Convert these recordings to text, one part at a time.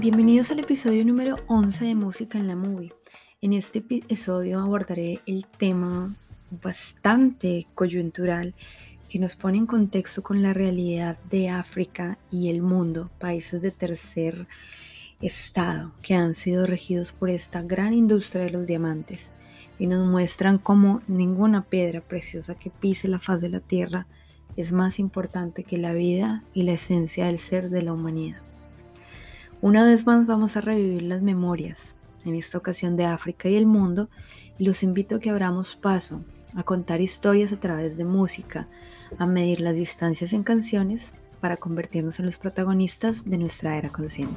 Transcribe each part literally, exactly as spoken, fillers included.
Bienvenidos al episodio número once de Música en la Movie. En este episodio abordaré el tema bastante coyuntural que nos pone en contexto con la realidad de África y el mundo, países de tercer estado que han sido regidos por esta gran industria de los diamantes y nos muestran cómo ninguna piedra preciosa que pise la faz de la tierra es más importante que la vida y la esencia del ser de la humanidad. Una vez más vamos a revivir las memorias, en esta ocasión de África y el mundo, y los invito a que abramos paso, a contar historias a través de música, a medir las distancias en canciones para convertirnos en los protagonistas de nuestra era consciente.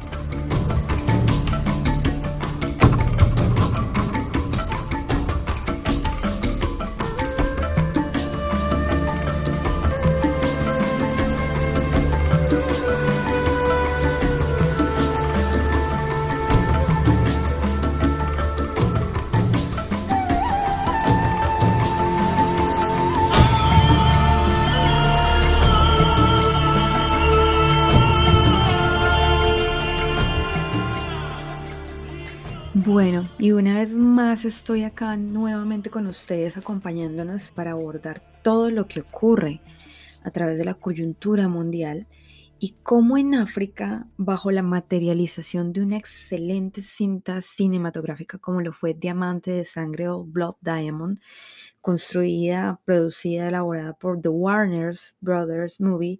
Bueno, y una vez más estoy acá nuevamente con ustedes acompañándonos para abordar todo lo que ocurre a través de la coyuntura mundial y cómo en África, bajo la materialización de una excelente cinta cinematográfica como lo fue Diamante de Sangre o Blood Diamond, construida, producida, elaborada por The Warner Brothers Movie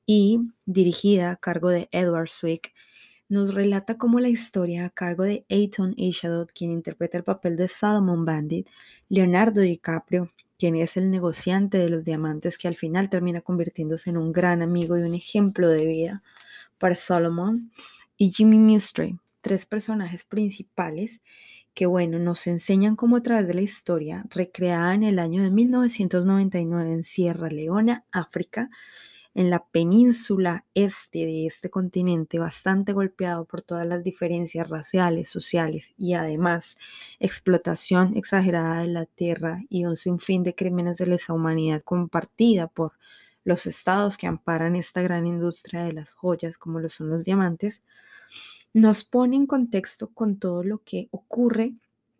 y dirigida a cargo de Edward Zwick, nos relata cómo la historia a cargo de Eitan Ishadot, quien interpreta el papel de Solomon Bandit, Leonardo DiCaprio, quien es el negociante de los diamantes que al final termina convirtiéndose en un gran amigo y un ejemplo de vida para Solomon, y Jimmy Mystery, tres personajes principales que, bueno, nos enseñan cómo a través de la historia, recreada en el año de mil novecientos noventa y nueve en Sierra Leona, África, en la península este de este continente, bastante golpeado por todas las diferencias raciales, sociales y además explotación exagerada de la tierra y un sinfín de crímenes de lesa humanidad compartida por los estados que amparan esta gran industria de las joyas como lo son los diamantes, nos pone en contexto con todo lo que ocurre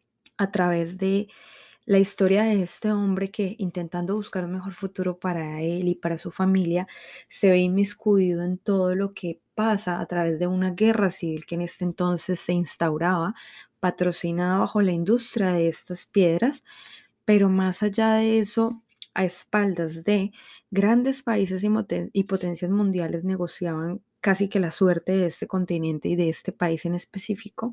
a través de la historia de este hombre que, intentando buscar un mejor futuro para él y para su familia, se ve inmiscuido en todo lo que pasa a través de una guerra civil que en este entonces se instauraba, patrocinada bajo la industria de estas piedras, pero más allá de eso, a espaldas de grandes países y, moten- y potencias mundiales negociaban casi que la suerte de este continente y de este país en específico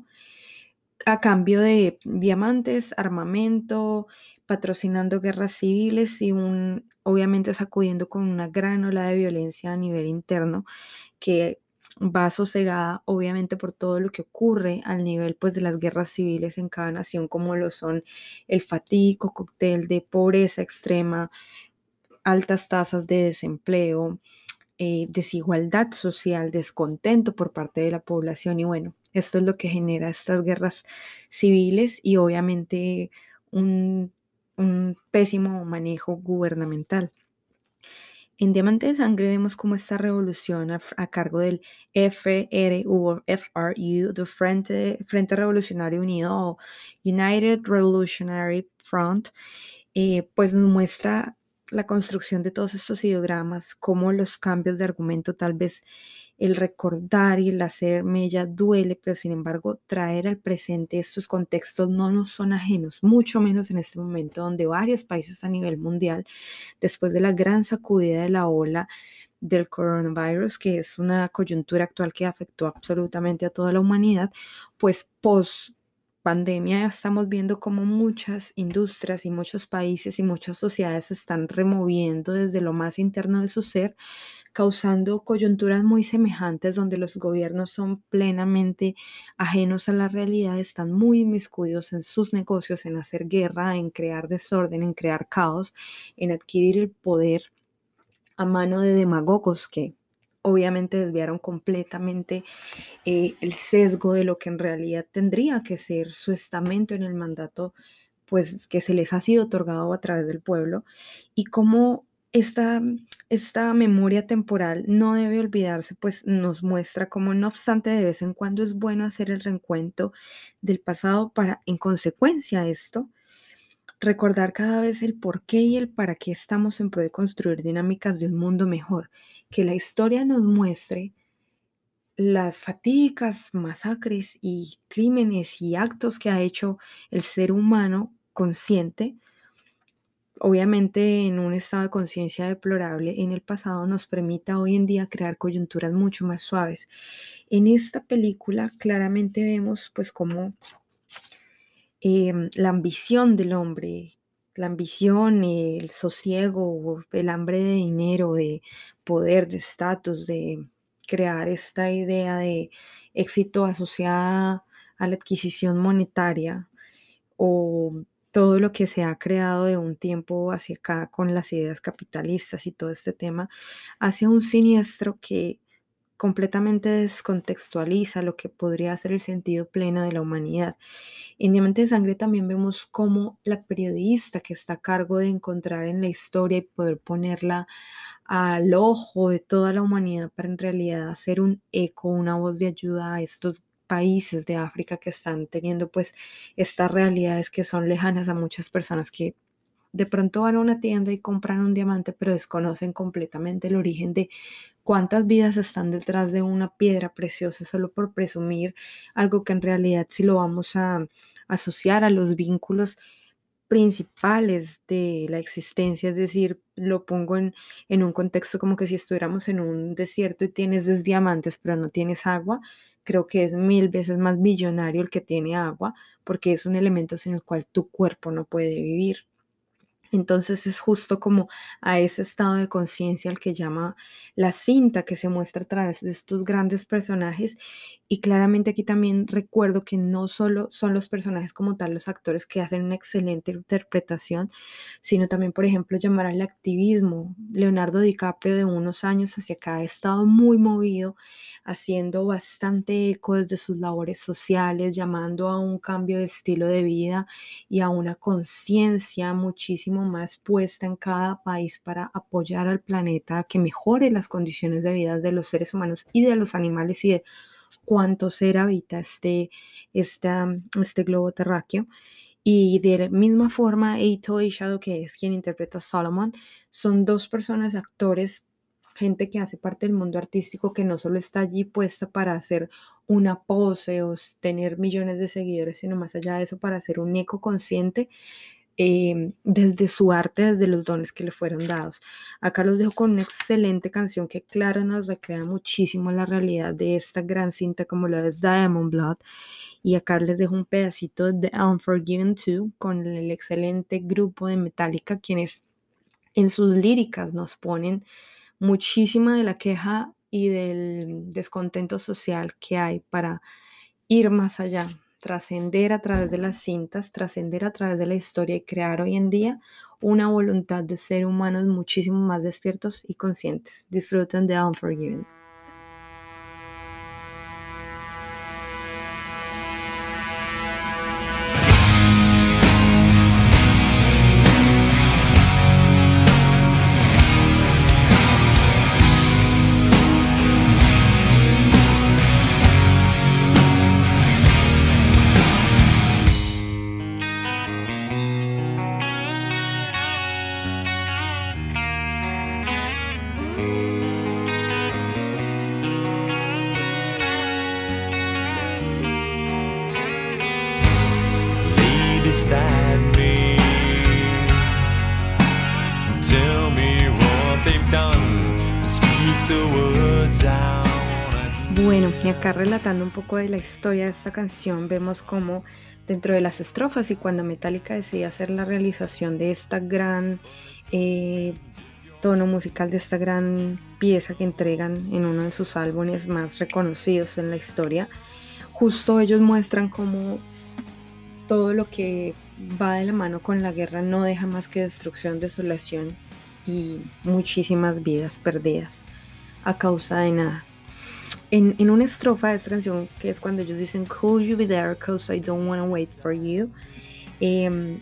a cambio de diamantes, armamento, patrocinando guerras civiles y un, obviamente sacudiendo con una gran ola de violencia a nivel interno que va sosegada obviamente por todo lo que ocurre al nivel pues de las guerras civiles en cada nación, como lo son el fatídico cóctel de pobreza extrema, altas tasas de desempleo, eh, desigualdad social, descontento por parte de la población y bueno, esto es lo que genera estas guerras civiles y obviamente un, un pésimo manejo gubernamental. En Diamante de Sangre vemos cómo esta revolución a, a cargo del F R U o F R U, the Frente, Frente Revolucionario Unido o United Revolutionary Front, eh, pues nos muestra la construcción de todos estos ideogramas, cómo los cambios de argumento, tal vez el recordar y el hacer mella duele, pero sin embargo traer al presente estos contextos no nos son ajenos, mucho menos en este momento donde varios países a nivel mundial, después de la gran sacudida de la ola del coronavirus, que es una coyuntura actual que afectó absolutamente a toda la humanidad, pues post pandemia estamos viendo cómo muchas industrias y muchos países y muchas sociedades se están removiendo desde lo más interno de su ser, causando coyunturas muy semejantes donde los gobiernos son plenamente ajenos a la realidad, están muy inmiscuidos en sus negocios, en hacer guerra, en crear desorden, en crear caos, en adquirir el poder a mano de demagogos que obviamente desviaron completamente eh, el sesgo de lo que en realidad tendría que ser su estamento en el mandato, pues que se les ha sido otorgado a través del pueblo, y cómo esta esta memoria temporal no debe olvidarse, pues nos muestra cómo no obstante de vez en cuando es bueno hacer el reencuentro del pasado para, en consecuencia a esto, recordar cada vez el por qué y el para qué estamos en pro de construir dinámicas de un mundo mejor, que la historia nos muestre las fatídicas masacres y crímenes y actos que ha hecho el ser humano consciente, obviamente en un estado de conciencia deplorable en el pasado, nos permita hoy en día crear coyunturas mucho más suaves. En esta película claramente vemos pues cómo em, la ambición del hombre, la ambición, el sosiego, el hambre de dinero, de poder, de estatus, de crear esta idea de éxito asociada a la adquisición monetaria o todo lo que se ha creado de un tiempo hacia acá con las ideas capitalistas y todo este tema, hacia un siniestro que completamente descontextualiza lo que podría ser el sentido pleno de la humanidad. En Diamante de Sangre también vemos cómo la periodista que está a cargo de encontrar en la historia y poder ponerla al ojo de toda la humanidad para en realidad hacer un eco, una voz de ayuda a estos países de África que están teniendo pues estas realidades que son lejanas a muchas personas que de pronto van a una tienda y compran un diamante, pero desconocen completamente el origen de cuántas vidas están detrás de una piedra preciosa solo por presumir algo que en realidad si lo vamos a asociar a los vínculos principales de la existencia, es decir, lo pongo en, en un contexto como que si estuviéramos en un desierto y tienes diez diamantes pero no tienes agua, creo que es mil veces más millonario el que tiene agua porque es un elemento sin el cual tu cuerpo no puede vivir. Entonces es justo como a ese estado de conciencia al que llama la cinta que se muestra a través de estos grandes personajes y claramente aquí también recuerdo que no solo son los personajes como tal, los actores que hacen una excelente interpretación, sino también, por ejemplo, llamar al activismo. Leonardo DiCaprio de unos años hacia acá ha estado muy movido, haciendo bastante eco desde sus labores sociales, llamando a un cambio de estilo de vida y a una conciencia muchísimo más puesta en cada país para apoyar al planeta a que mejore las condiciones de vida de los seres humanos y de los animales y de cuánto ser habita este, esta, este globo terráqueo. Y de la misma forma, Eito Ishado, que es quien interpreta a Solomon, son dos personas, actores, gente que hace parte del mundo artístico que no solo está allí puesta para hacer una pose o tener millones de seguidores, sino más allá de eso para hacer un eco consciente eh, desde su arte, desde los dones que le fueron dados. Acá los dejo con una excelente canción que claro nos recrea muchísimo la realidad de esta gran cinta como lo es Diamond Blood. Y acá les dejo un pedacito de The Unforgiven dos con el excelente grupo de Metallica, quienes en sus líricas nos ponen muchísima de la queja y del descontento social que hay para ir más allá, trascender a través de las cintas, trascender a través de la historia y crear hoy en día una voluntad de ser humanos muchísimo más despiertos y conscientes. Disfruten de Unforgiven. Beside me, tell me what they've done and speak the words out. Bueno, y acá relatando un poco de la historia de esta canción, vemos como dentro de las estrofas y cuando Metallica decide hacer la realización de esta gran eh, tono musical, de esta gran pieza que entregan en uno de sus álbumes más reconocidos en la historia, justo ellos muestran cómo todo lo que va de la mano con la guerra no deja más que destrucción, desolación y muchísimas vidas perdidas a causa de nada. En, en una estrofa de esta canción, que es cuando ellos dicen Could you be there cause I don't wanna wait for you, eh,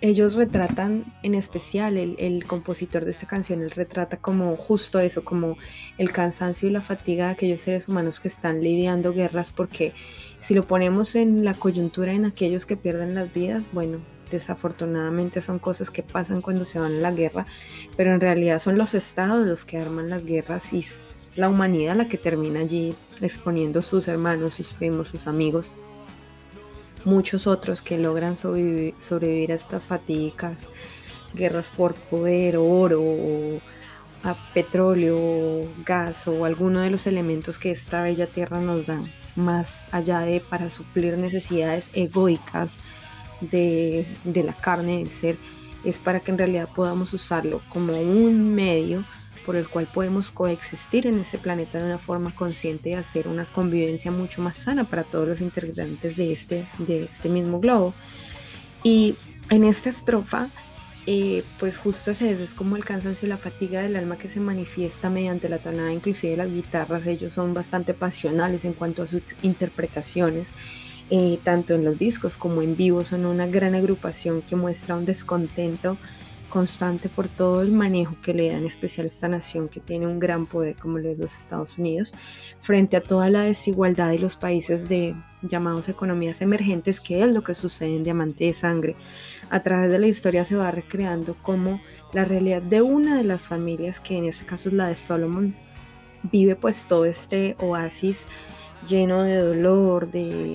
ellos retratan, en especial el, el compositor de esta canción, él retrata como justo eso, como el cansancio y la fatiga de aquellos seres humanos que están lidiando guerras, porque si lo ponemos en la coyuntura en aquellos que pierden las vidas, bueno, desafortunadamente son cosas que pasan cuando se van a la guerra, pero en realidad son los estados los que arman las guerras y es la humanidad la que termina allí exponiendo sus hermanos, sus primos, sus amigos, muchos otros que logran sobrevivir, sobrevivir a estas fatigas, guerras por poder, oro, a petróleo, gas o alguno de los elementos que esta bella tierra nos da, más allá de para suplir necesidades egoicas de, de la carne del ser, es para que en realidad podamos usarlo como un medio por el cual podemos coexistir en este planeta de una forma consciente y hacer una convivencia mucho más sana para todos los integrantes de este, de este mismo globo. Y en esta estrofa, eh, pues justo es eso, es como el cansancio y la fatiga del alma que se manifiesta mediante la tonada, inclusive las guitarras, ellos son bastante pasionales en cuanto a sus interpretaciones, eh, tanto en los discos como en vivo, son una gran agrupación que muestra un descontento constante por todo el manejo que le da en especial a esta nación que tiene un gran poder como lo es los Estados Unidos, frente a toda la desigualdad y los países de llamados economías emergentes, que es lo que sucede en Diamante de Sangre. A través de la historia se va recreando como la realidad de una de las familias, que en este caso es la de Solomon, vive pues todo este oasis lleno de dolor, de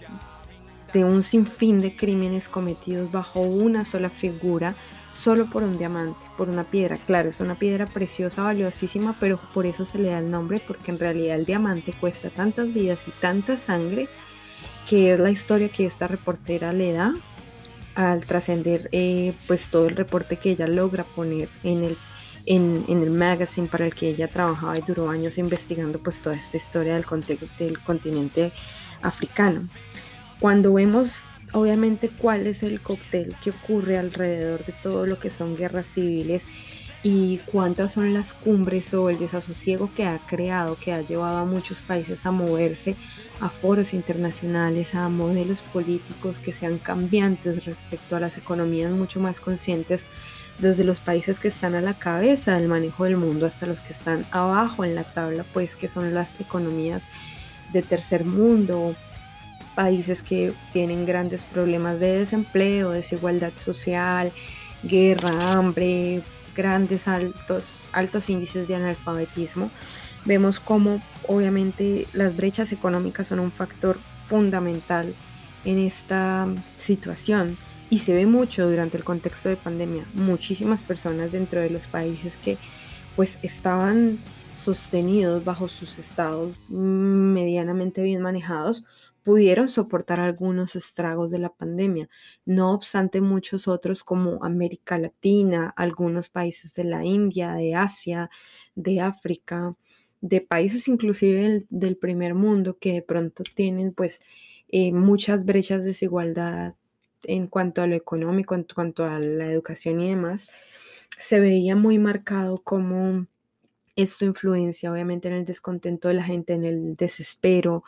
de un sinfín de crímenes cometidos bajo una sola figura, solo por un diamante, por una piedra. Claro, es una piedra preciosa, valiosísima, pero por eso se le da el nombre, porque en realidad el diamante cuesta tantas vidas y tanta sangre, que es la historia que esta reportera le da al trascender eh, pues todo el reporte que ella logra poner en el, en, en el magazine para el que ella trabajaba y duró años investigando pues toda esta historia del, del continente africano. Cuando vemos obviamente cuál es el cóctel que ocurre alrededor de todo lo que son guerras civiles y cuántas son las cumbres o el desasosiego que ha creado, que ha llevado a muchos países a moverse a foros internacionales, a modelos políticos que sean cambiantes respecto a las economías mucho más conscientes, desde los países que están a la cabeza del manejo del mundo hasta los que están abajo en la tabla, pues que son las economías de tercer mundo, países que tienen grandes problemas de desempleo, desigualdad social, guerra, hambre, grandes altos, altos índices de analfabetismo. Vemos cómo obviamente las brechas económicas son un factor fundamental en esta situación y se ve mucho durante el contexto de pandemia. Muchísimas personas dentro de los países que pues estaban sostenidos bajo sus estados medianamente bien manejados, pudieron soportar algunos estragos de la pandemia. No obstante, muchos otros como América Latina, algunos países de la India, de Asia, de África, de países inclusive del, del primer mundo que de pronto tienen pues eh, muchas brechas de desigualdad en cuanto a lo económico, en cuanto a la educación y demás, se veía muy marcado como esto influencia obviamente en el descontento de la gente, en el desespero,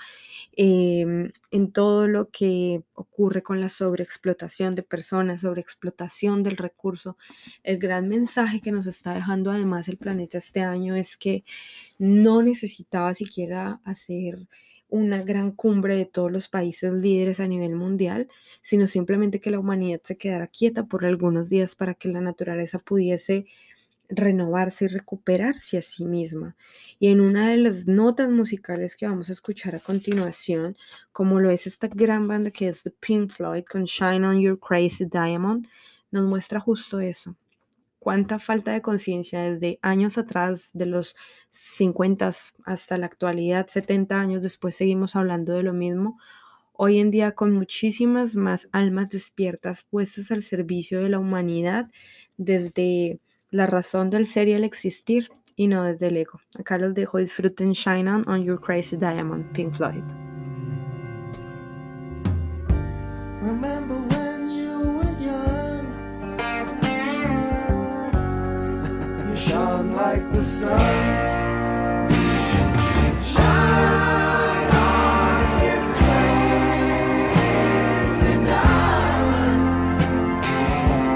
eh, en todo lo que ocurre con la sobreexplotación de personas, sobreexplotación del recurso. El gran mensaje que nos está dejando además el planeta este año es que no necesitaba siquiera hacer una gran cumbre de todos los países líderes a nivel mundial, sino simplemente que la humanidad se quedara quieta por algunos días para que la naturaleza pudiese renovarse y recuperarse a sí misma. Y en una de las notas musicales que vamos a escuchar a continuación, como lo es esta gran banda que es The Pink Floyd con Shine on Your Crazy Diamond, nos muestra justo eso. Cuánta falta de conciencia desde años atrás, de los cincuenta hasta la actualidad, setenta años después seguimos hablando de lo mismo. Hoy en día con muchísimas más almas despiertas puestas al servicio de la humanidad desde la razón del ser y el existir y no desde el ego. Acá los dejo, disfruten Shine On on Your Crazy Diamond, Pink Floyd. Remember when you were young, you shone like the sun. Shine on your crazy diamond.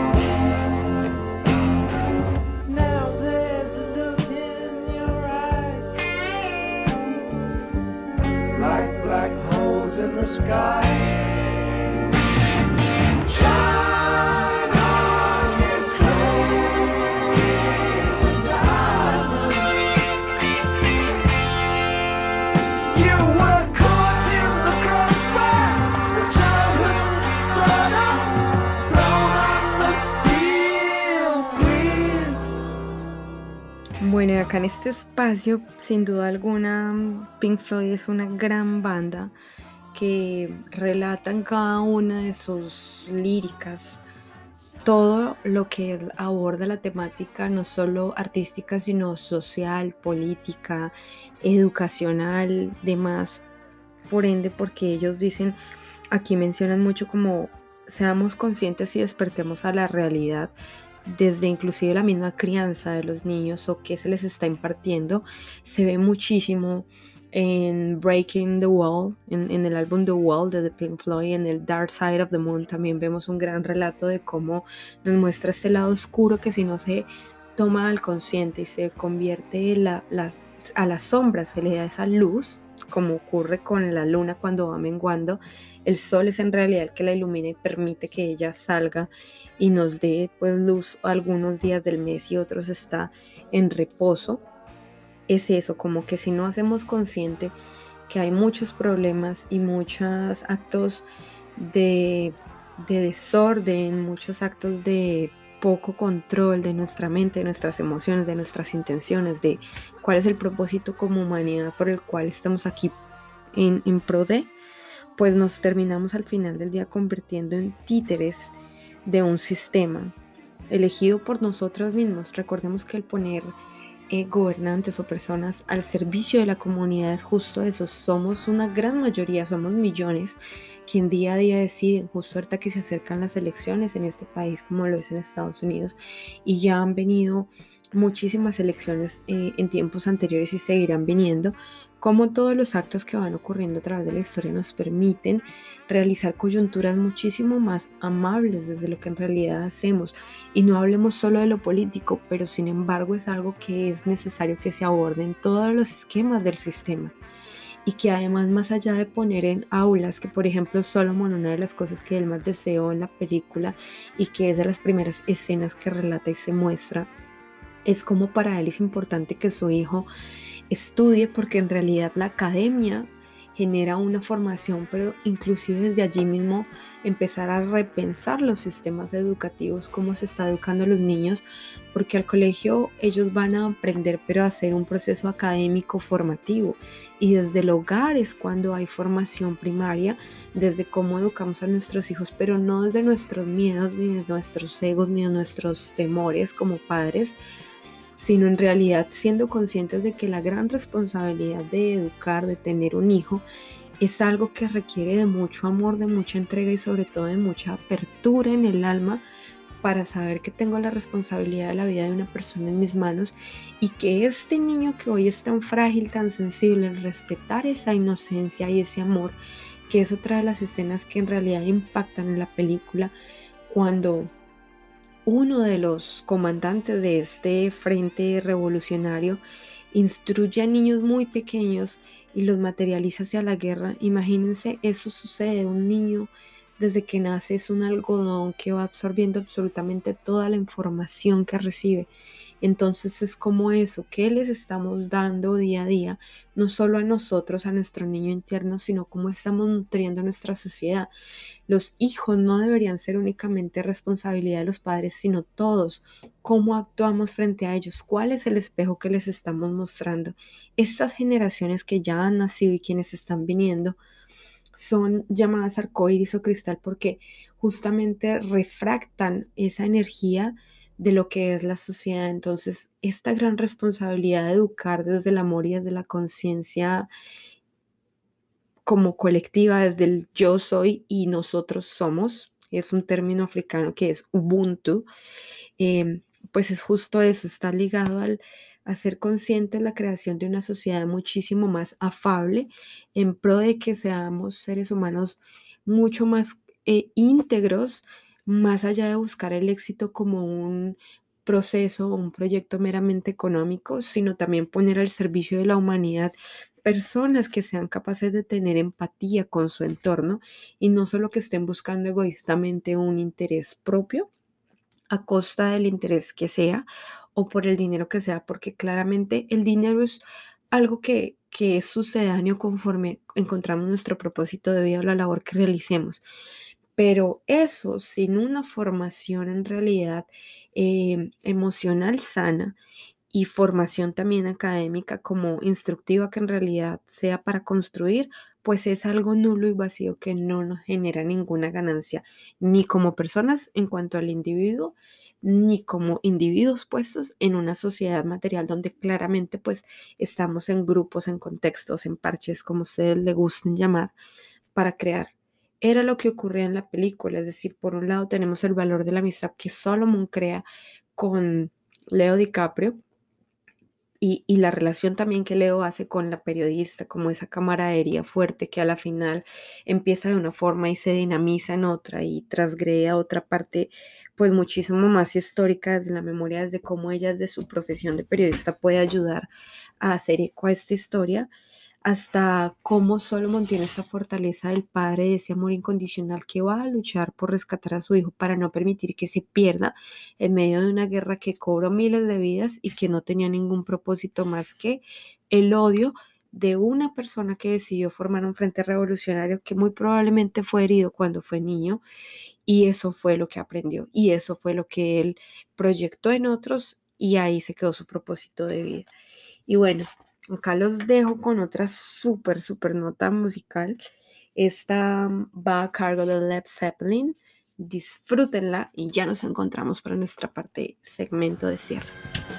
Bueno, y acá en este espacio, sin duda alguna, Pink Floyd es una gran banda que relata en cada una de sus líricas todo lo que aborda la temática, no solo artística, sino social, política, educacional, demás. Por ende, porque ellos dicen, aquí mencionan mucho como seamos conscientes y despertemos a la realidad desde inclusive la misma crianza de los niños o qué se les está impartiendo. Se ve muchísimo en Breaking the Wall, en, en el álbum The Wall de The Pink Floyd, en el Dark Side of the Moon también vemos un gran relato de cómo nos muestra este lado oscuro que si no se toma al consciente y se convierte la, la, a la sombra, se le da esa luz, como ocurre con la luna cuando va menguando. El sol es en realidad el que la ilumina y permite que ella salga y nos dé pues luz algunos días del mes y otros está en reposo. Es eso, como que si no hacemos consciente que hay muchos problemas y muchos actos de, de desorden, muchos actos de poco control de nuestra mente, de nuestras emociones, de nuestras intenciones, de cuál es el propósito como humanidad por el cual estamos aquí en, en pro de, pues nos terminamos al final del día convirtiendo en títeres de un sistema elegido por nosotros mismos. Recordemos que el poner eh, gobernantes o personas al servicio de la comunidad es justo eso. Somos una gran mayoría, somos millones quien día a día deciden, justo ahorita que se acercan las elecciones en este país como lo es en Estados Unidos, y ya han venido muchísimas elecciones eh, en tiempos anteriores y seguirán viniendo, como todos los actos que van ocurriendo a través de la historia nos permiten realizar coyunturas muchísimo más amables desde lo que en realidad hacemos. Y no hablemos solo de lo político, pero sin embargo es algo que es necesario que se aborde en todos los esquemas del sistema. Y que además, más allá de poner en aulas, que por ejemplo Solomon, una de las cosas que él más deseó en la película y que es de las primeras escenas que relata y se muestra, es como para él es importante que su hijo estudie, porque en realidad la academia genera una formación, pero inclusive desde allí mismo empezar a repensar los sistemas educativos, cómo se está educando a los niños, porque al colegio ellos van a aprender, pero a hacer un proceso académico formativo, y desde el hogar es cuando hay formación primaria, desde cómo educamos a nuestros hijos, pero no desde nuestros miedos, ni de nuestros egos, ni de nuestros temores como padres, sino en realidad siendo conscientes de que la gran responsabilidad de educar, de tener un hijo, es algo que requiere de mucho amor, de mucha entrega y sobre todo de mucha apertura en el alma para saber que tengo la responsabilidad de la vida de una persona en mis manos y que este niño que hoy es tan frágil, tan sensible, el respetar esa inocencia y ese amor, que es otra de las escenas que en realidad impactan en la película, cuando uno de los comandantes de este frente revolucionario instruye a niños muy pequeños y los materializa hacia la guerra. Imagínense, eso sucede, un niño desde que nace es un algodón que va absorbiendo absolutamente toda la información que recibe. Entonces es como eso, que les estamos dando día a día, no solo a nosotros, a nuestro niño interno, sino cómo estamos nutriendo nuestra sociedad. Los hijos no deberían ser únicamente responsabilidad de los padres, sino todos. ¿Cómo actuamos frente a ellos? ¿Cuál es el espejo que les estamos mostrando? Estas generaciones que ya han nacido y quienes están viniendo son llamadas arcoíris o cristal porque justamente refractan esa energía de lo que es la sociedad. Entonces, esta gran responsabilidad de educar desde el amor y desde la conciencia como colectiva, desde el yo soy y nosotros somos, es un término africano que es Ubuntu, eh, pues es justo eso, está ligado al a ser consciente de la creación de una sociedad muchísimo más afable en pro de que seamos seres humanos mucho más eh, íntegros, más allá de buscar el éxito como un proceso o un proyecto meramente económico, sino también poner al servicio de la humanidad personas que sean capaces de tener empatía con su entorno y no solo que estén buscando egoístamente un interés propio a costa del interés que sea o por el dinero que sea, porque claramente el dinero es algo que, que es sucedáneo conforme encontramos nuestro propósito de vida o la labor que realicemos. Pero eso sin una formación en realidad eh, emocional sana y formación también académica como instructiva que en realidad sea para construir, pues es algo nulo y vacío que no nos genera ninguna ganancia, ni como personas en cuanto al individuo, ni como individuos puestos en una sociedad material donde claramente pues estamos en grupos, en contextos, en parches, como ustedes le gusten llamar, para crear. Era lo que ocurría en la película, es decir, por un lado tenemos el valor de la amistad que Solomon crea con Leo DiCaprio, y, y la relación también que Leo hace con la periodista, como esa camaradería fuerte que a la final empieza de una forma y se dinamiza en otra y transgrede a otra parte, pues muchísimo más histórica desde la memoria, desde cómo ella desde su profesión de periodista puede ayudar a hacer eco a esta historia, hasta cómo Solomon tiene esta fortaleza del padre, de ese amor incondicional que va a luchar por rescatar a su hijo para no permitir que se pierda en medio de una guerra que cobró miles de vidas y que no tenía ningún propósito más que el odio de una persona que decidió formar un frente revolucionario que muy probablemente fue herido cuando fue niño, y eso fue lo que aprendió y eso fue lo que él proyectó en otros y ahí se quedó su propósito de vida. Y bueno, acá los dejo con otra súper, súper nota musical. Esta va a cargo de Led Zeppelin. Disfrútenla y ya nos encontramos para nuestra parte segmento de cierre.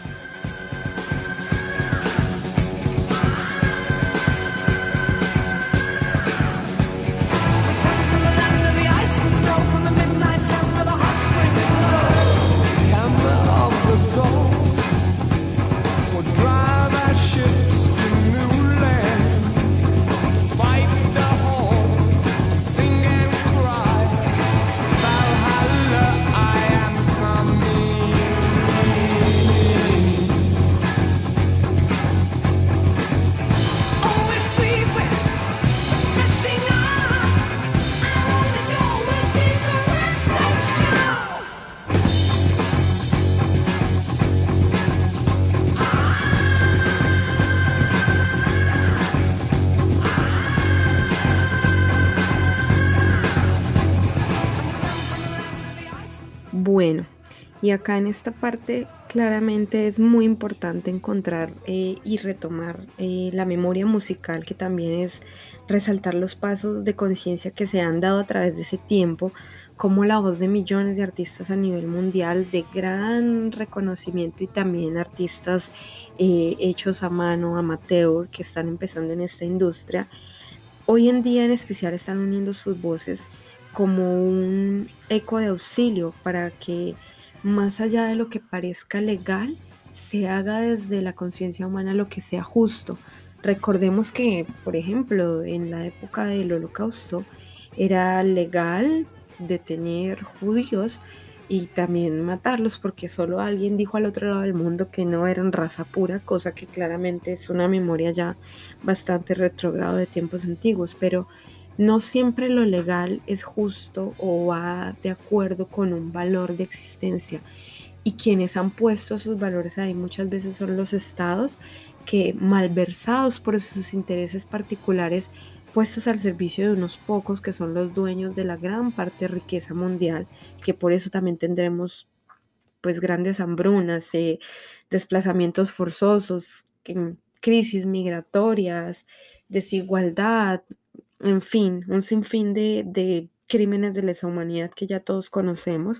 Bueno, y acá en esta parte claramente es muy importante encontrar eh, y retomar eh, la memoria musical, que también es resaltar los pasos de conciencia que se han dado a través de ese tiempo, como la voz de millones de artistas a nivel mundial de gran reconocimiento y también artistas eh, hechos a mano, amateur, que están empezando en esta industria. Hoy en día en especial están uniendo sus voces como un eco de auxilio para que más allá de lo que parezca legal, se haga desde la conciencia humana lo que sea justo. Recordemos que, por ejemplo, en la época del Holocausto era legal detener judíos y también matarlos porque solo alguien dijo al otro lado del mundo que no eran raza pura, cosa que claramente es una memoria ya bastante retrógrada de tiempos antiguos, pero no siempre lo legal es justo o va de acuerdo con un valor de existencia. Y quienes han puesto esos valores ahí muchas veces son los estados que, malversados por sus intereses particulares, puestos al servicio de unos pocos que son los dueños de la gran parte de riqueza mundial, que por eso también tendremos pues grandes hambrunas, eh, desplazamientos forzosos, crisis migratorias, desigualdad, en fin, un sinfín de, de crímenes de lesa humanidad que ya todos conocemos.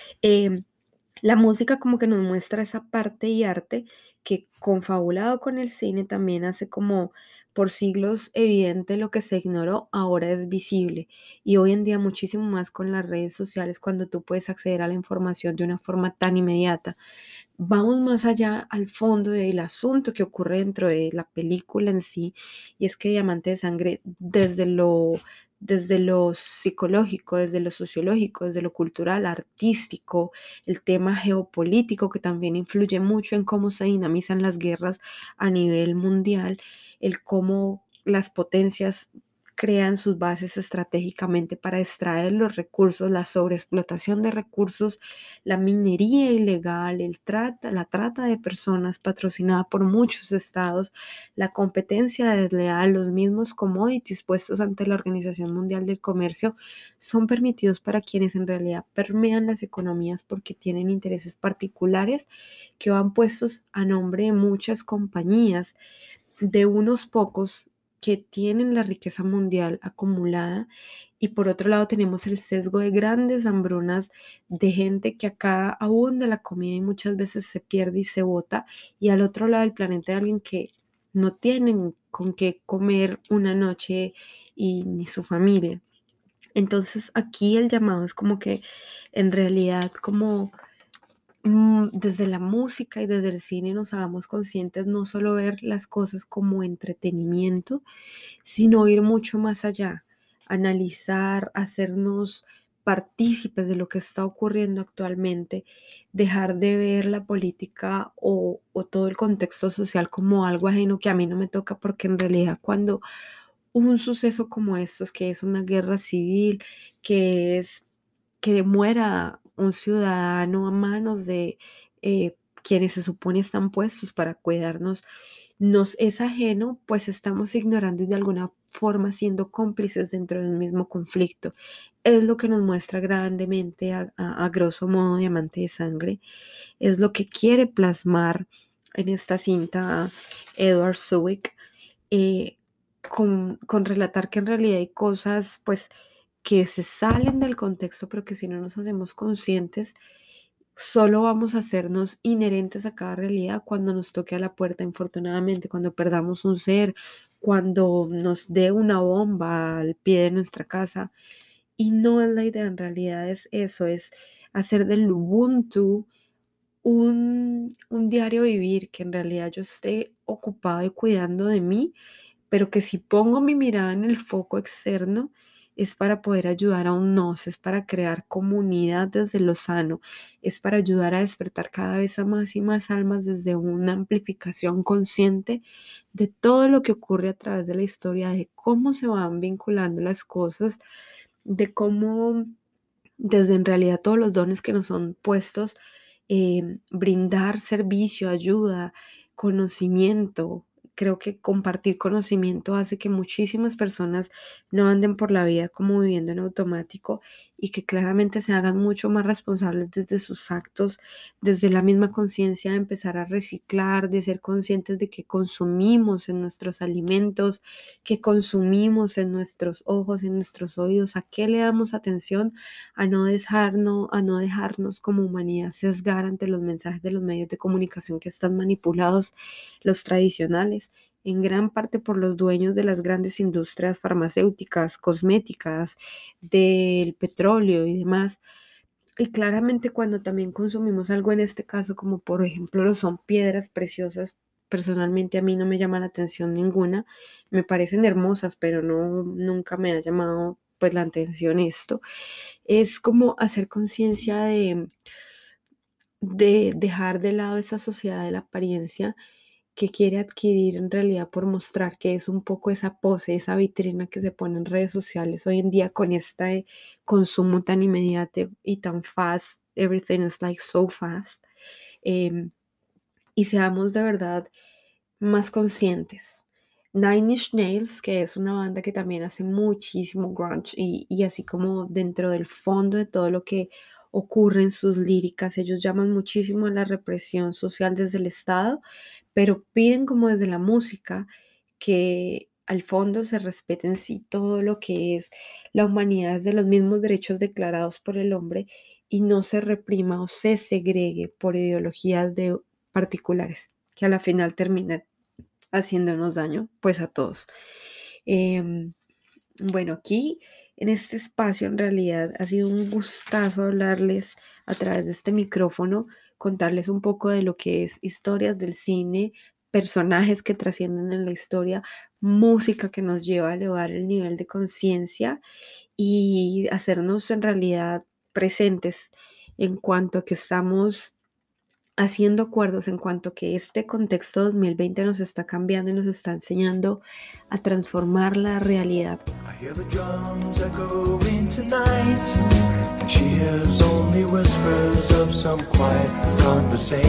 Eh, la música como que nos muestra esa parte y arte que, confabulado con el cine, también hace como por siglos evidente lo que se ignoró, ahora es visible. Y hoy en día muchísimo más con las redes sociales, cuando tú puedes acceder a la información de una forma tan inmediata. Vamos más allá al fondo del asunto que ocurre dentro de la película en sí, y es que Diamante de Sangre, desde lo, desde lo psicológico, desde lo sociológico, desde lo cultural, artístico, el tema geopolítico que también influye mucho en cómo se dinamizan las guerras a nivel mundial, el cómo las potencias crean sus bases estratégicamente para extraer los recursos, la sobreexplotación de recursos, la minería ilegal, el trata, la trata de personas patrocinada por muchos estados, la competencia desleal, los mismos commodities puestos ante la Organización Mundial del Comercio son permitidos para quienes en realidad permean las economías porque tienen intereses particulares que van puestos a nombre de muchas compañías, de unos pocos que tienen la riqueza mundial acumulada, y por otro lado tenemos el sesgo de grandes hambrunas de gente que acá abunda la comida y muchas veces se pierde y se bota, y al otro lado del planeta hay alguien que no tienen con qué comer una noche y ni su familia. Entonces aquí el llamado es como que en realidad como mm, desde la música y desde el cine nos hagamos conscientes no solo ver las cosas como entretenimiento, sino ir mucho más allá, analizar, hacernos partícipes de lo que está ocurriendo actualmente, dejar de ver la política o, o todo el contexto social como algo ajeno que a mí no me toca, porque en realidad cuando un suceso como estos, que es una guerra civil, que es que muera un ciudadano a manos de eh, quienes se supone están puestos para cuidarnos, nos es ajeno, pues estamos ignorando y de alguna forma siendo cómplices dentro del mismo conflicto. Es lo que nos muestra grandemente, a, a, a grosso modo, Diamante de Sangre. Es lo que quiere plasmar en esta cinta Edward Zwick, eh, con, con relatar que en realidad hay cosas pues que se salen del contexto, pero que si no nos hacemos conscientes, solo vamos a hacernos inherentes a cada realidad cuando nos toque a la puerta, infortunadamente, cuando perdamos un ser, cuando nos dé una bomba al pie de nuestra casa. Y no es la idea, en realidad es eso, es hacer del Ubuntu un, un diario vivir, que en realidad yo esté ocupado y cuidando de mí, pero que si pongo mi mirada en el foco externo es para poder ayudar a un nos, es para crear comunidad desde lo sano, es para ayudar a despertar cada vez a más y más almas desde una amplificación consciente de todo lo que ocurre a través de la historia, de cómo se van vinculando las cosas, de cómo desde en realidad todos los dones que nos son puestos, eh, brindar servicio, ayuda, conocimiento. Creo que compartir conocimiento hace que muchísimas personas no anden por la vida como viviendo en automático y que claramente se hagan mucho más responsables desde sus actos, desde la misma conciencia de empezar a reciclar, de ser conscientes de que consumimos en nuestros alimentos, que consumimos en nuestros ojos, en nuestros oídos, a qué le damos atención, a no dejarnos, a no dejarnos como humanidad sesgar ante los mensajes de los medios de comunicación que están manipulados, los tradicionales, en gran parte por los dueños de las grandes industrias farmacéuticas, cosméticas, del petróleo y demás. Y claramente cuando también consumimos algo en este caso, como por ejemplo lo son piedras preciosas, personalmente a mí no me llama la atención ninguna, me parecen hermosas, pero no, nunca me ha llamado pues la atención esto. Es como hacer conciencia de, de dejar de lado esa sociedad de la apariencia que quiere adquirir en realidad por mostrar que es un poco esa pose, esa vitrina que se pone en redes sociales hoy en día con este consumo tan inmediato y tan fast, everything is like so fast, eh, y seamos de verdad más conscientes. Nine Inch Nails, que es una banda que también hace muchísimo grunge y, y así como dentro del fondo de todo lo que ocurre en sus líricas, ellos llaman muchísimo a la represión social desde el Estado, pero piden como desde la música que al fondo se respete en sí todo lo que es la humanidad desde los mismos derechos declarados por el hombre y no se reprima o se segregue por ideologías de particulares que a la final terminan haciéndonos daño, pues a todos. Eh, bueno, aquí en este espacio en realidad ha sido un gustazo hablarles a través de este micrófono, contarles un poco de lo que es historias del cine, personajes que trascienden en la historia, música que nos lleva a elevar el nivel de conciencia y hacernos en realidad presentes en cuanto a que estamos haciendo acuerdos en cuanto que este contexto dos mil veinte nos está cambiando y nos está enseñando a transformar la realidad. I hear the drums echoing tonight. She hears only whispers of some quiet conversation.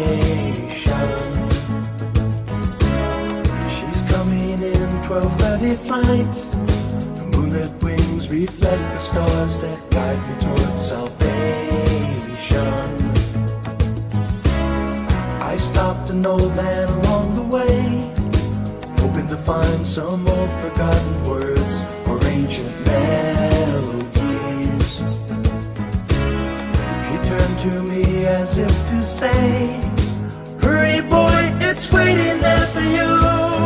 She's coming in twelve thirty flight. The moonlit wings reflect the stars that guide me towards salvation. I stopped an old man along the way, hoping to find some old forgotten words or ancient melodies. He turned to me as if to say, hurry boy, it's waiting there for you.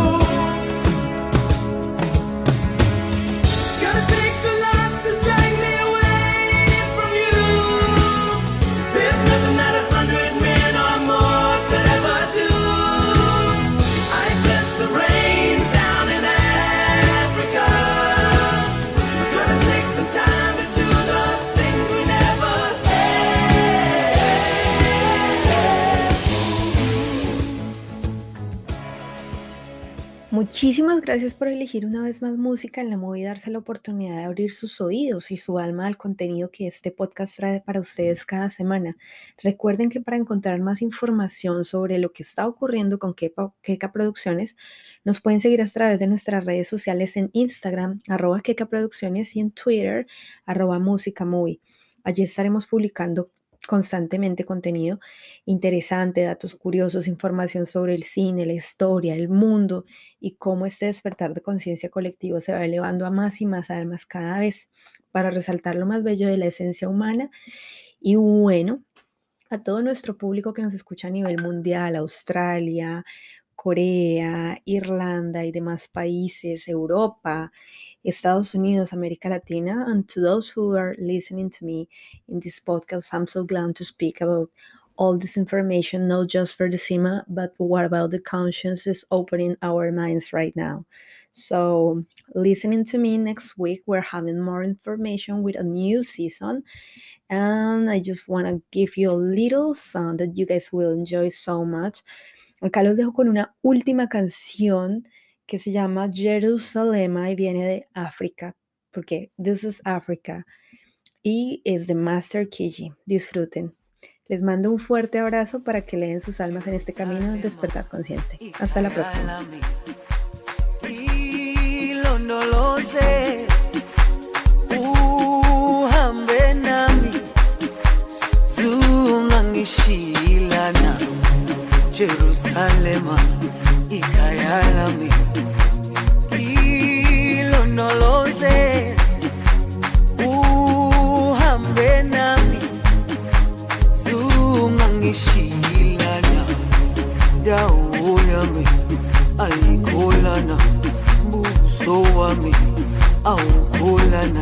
Muchísimas gracias por elegir una vez más música en la movida y darse la oportunidad de abrir sus oídos y su alma al contenido que este podcast trae para ustedes cada semana. Recuerden que para encontrar más información sobre lo que está ocurriendo con Keka, Keka Producciones, nos pueden seguir a través de nuestras redes sociales en Instagram, arroba Keka Producciones, y en Twitter, arroba Música Movie. Allí estaremos publicando constantemente contenido interesante, datos curiosos, información sobre el cine, la historia, el mundo y cómo este despertar de conciencia colectivo se va elevando a más y más almas cada vez para resaltar lo más bello de la esencia humana. Y bueno, a todo nuestro público que nos escucha a nivel mundial, Australia, Corea, Irlanda y demás países, Europa, Estados Unidos, América Latina, and to those who are listening to me in this podcast, I'm so glad to speak about all this information, not just for the cinema, but what about the conscience is opening our minds right now. So listening to me next week, we're having more information with a new season. And I just want to give you a little song that you guys will enjoy so much. Acá los dejo con una última canción que se llama Jerusalema y viene de África, porque This is Africa, y es de Master Kiji. Disfruten. Les mando un fuerte abrazo para que leen sus almas en este camino de despertar consciente. Hasta la próxima. Jerusalema ikayalami ilonoloze uhambe nami zungangishilana dawo yami ayikholana buso wami awukholana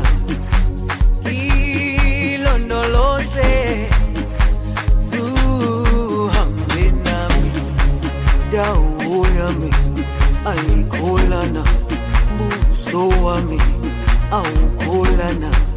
ilondoloze dawo yami ayikholana buso wami awukholana.